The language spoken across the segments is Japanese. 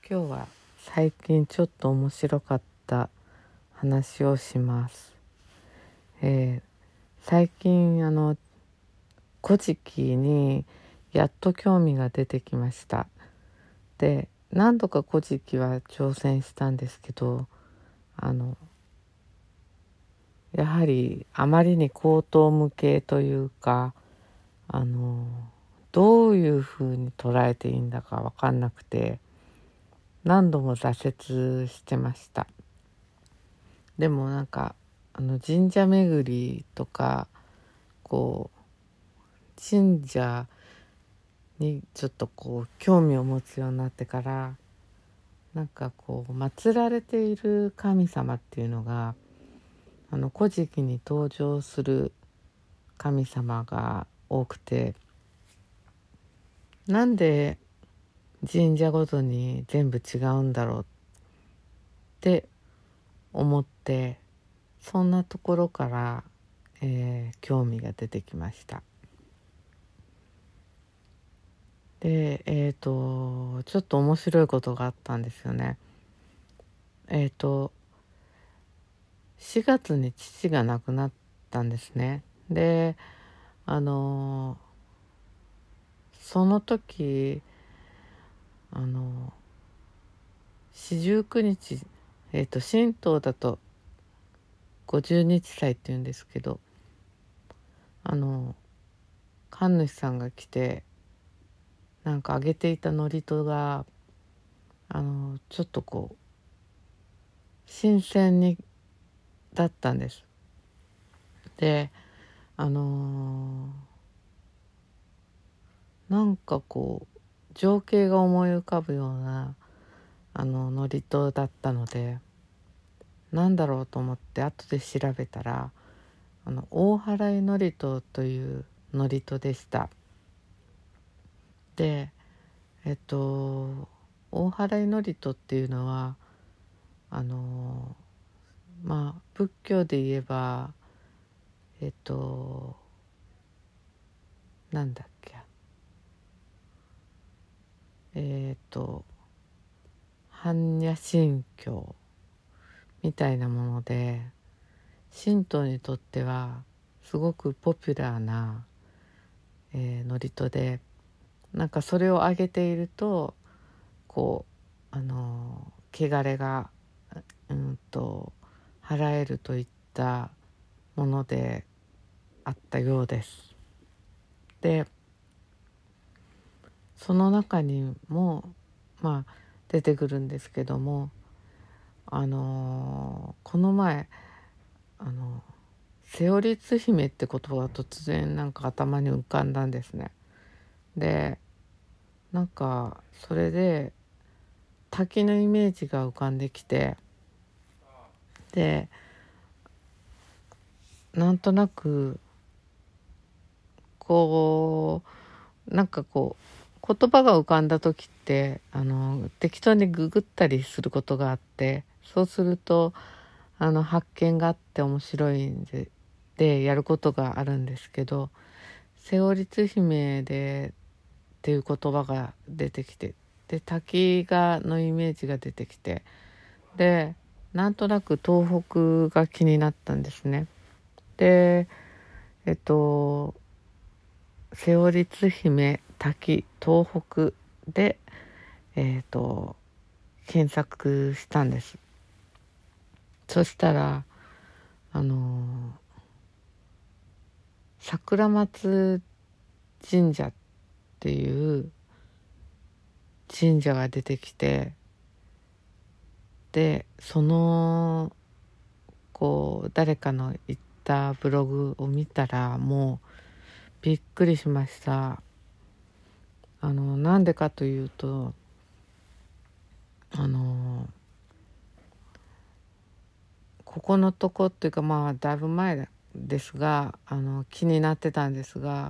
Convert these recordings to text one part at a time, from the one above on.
今日は最近ちょっと面白かった話をします。最近古事記にやっと興味が出てきました。で、何度か古事記は挑戦したんですけど、やはりあまりに高等無形というか、どういうふうに捉えていいんだか分かんなくて、何度も挫折してました。でも神社巡りとか神社にちょっと興味を持つようになってから、祀られている神様っていうのが古事記に登場する神様が多くて、なんで神社ごとに全部違うんだろうって思って、そんなところから、興味が出てきました。で、ちょっと面白いことがあったんですよね。4月に父が亡くなったんですね。で、その時四十九日、神道だと50日祭っていうんですけど、神主さんが来てあげていた祝詞がちょっと新鮮だったんです。で情景が思い浮かぶような祝詞だったので、なんだろうと思って後で調べたら大祓祝詞という祝詞でした。で大祓祝詞っていうのは仏教で言えばなんだっけ般若心経みたいなもので、神道にとってはすごくポピュラーな、祝詞で、それをあげていると汚れが払えるといったものであったようです。で、その中にも出てくるんですけども、この前セオリツ姫って言葉が突然頭に浮かんだんですね。でそれで滝のイメージが浮かんできて、でなんとなく言葉が浮かんだ時って適当にググったりすることがあって、そうすると発見があって面白いんでやることがあるんですけど、セオリツ姫でっていう言葉が出てきて、で滝のイメージが出てきて、でなんとなく東北が気になったんですね。でセオリツ姫滝東北で検索したんです。そしたら桜松神社っていう神社が出てきて、でその誰かの言ったブログを見たらもうびっくりしました。なんでかというとここのとこっていうかだいぶ前ですが気になってたんですが、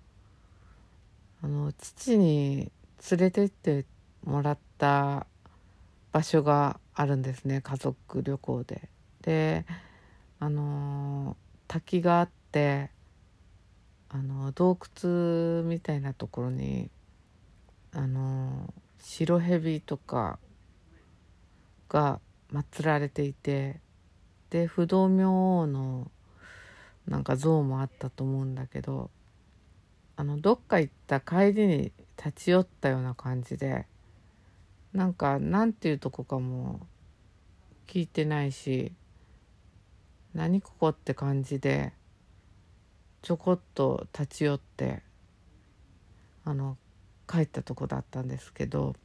父に連れて行ってもらった場所があるんですね、家族旅行で。で滝があって洞窟みたいなところに白蛇とかが祀られていて、で不動明王のなんか像もあったと思うんだけど、どっか行った帰りに立ち寄ったような感じで、なんていうとこかも聞いてないし、何ここって感じでちょこっと立ち寄って帰ったとこだったんですけど、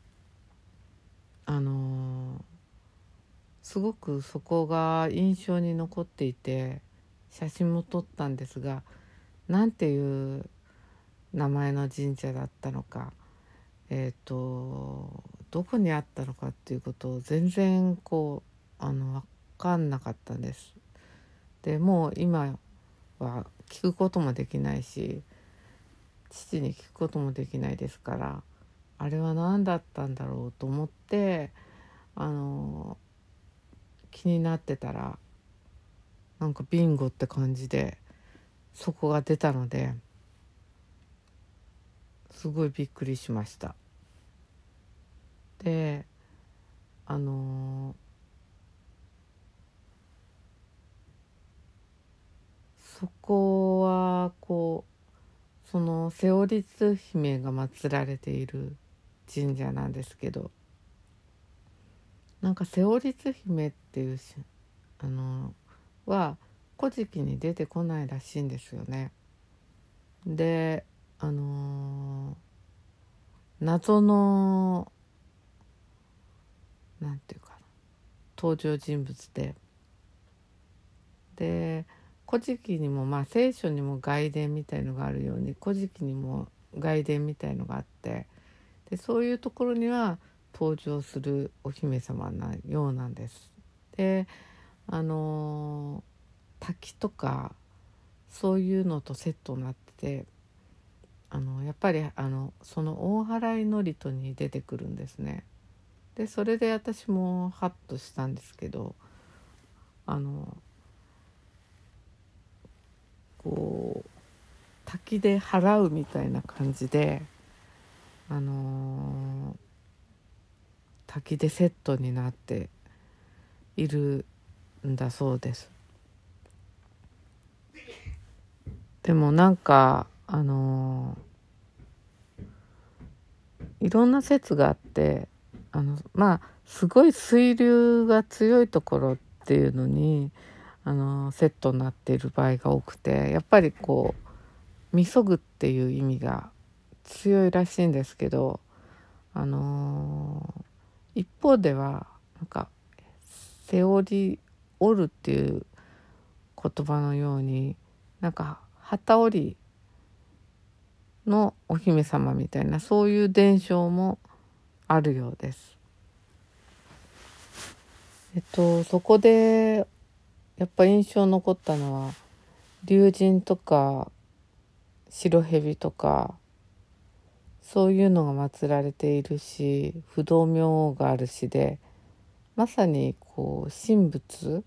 すごくそこが印象に残っていて、写真も撮ったんですが、なんていう名前の神社だったのか、どこにあったのかっていうことを全然分かんなかったんです。でもう今は聞くこともできないし、父に聞くこともできないですから、あれは何だったんだろうと思って気になってたら、ビンゴって感じでそこが出たので、すごいびっくりしました。でそこはそのセオリツ姫が祀られている神社なんですけど、セオリツ姫っていうは古事記に出てこないらしいんですよね。で謎のなんていうかな、登場人物で古事記にも聖書にも外伝みたいのがあるように、古事記にも外伝みたいのがあって、でそういうところには登場するお姫様なようなんです。で滝とかそういうのとセットになってて、やっぱりその大祓祝詞に出てくるんですね。でそれで私もハッとしたんですけど、滝で払うみたいな感じで、滝でセットになっているんだそうです。でもいろんな説があって、すごい水流が強いところっていうのにセットになっている場合が多くて、やっぱりみそぐっていう意味が強いらしいんですけど、一方ではセオリオルっていう言葉のように機織りのお姫様みたいな、そういう伝承もあるようです。そこでやっぱ印象残ったのは、龍神とか白蛇とかそういうのが祀られているし、不動明王があるしで、まさに神仏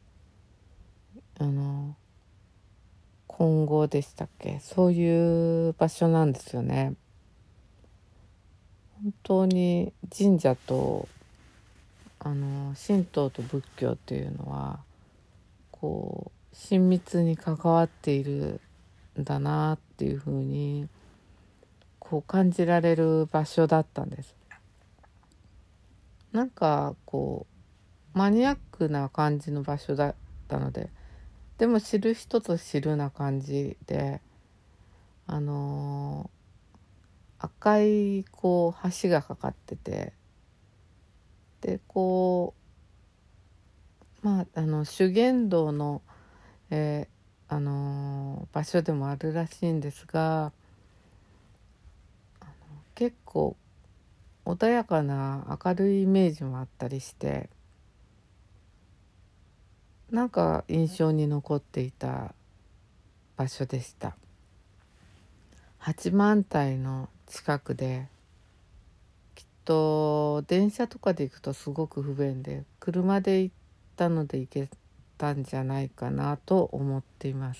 混合でしたっけ、そういう場所なんですよね。本当に神社と神道と仏教っていうのは親密に関わっているんだなっていうふうに感じられる場所だったんです。マニアックな感じの場所だったので、でも知る人ぞ知るな感じで、赤い橋がかかってて、で修験道の、場所でもあるらしいんですが、結構穏やかな明るいイメージもあったりして、印象に残っていた場所でした。八幡平の近くで、きっと電車とかで行くとすごく不便で、車で行ったので行けたんじゃないかなと思っています。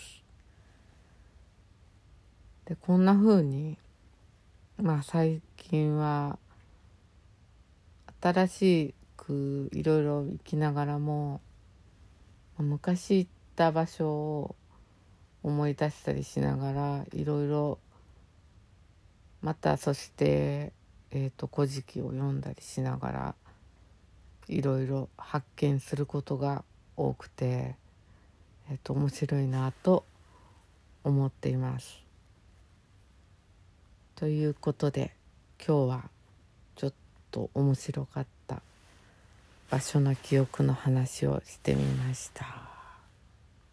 でこんな風に最近は新しくくいろいろ行きながらも、昔行った場所を思い出したりしながら、いろいろまた、そして古事記を読んだりしながらいろいろ発見することが多くて、面白いなと思っています。ということで、今日はちょっと面白かった場所の記憶の話をしてみました。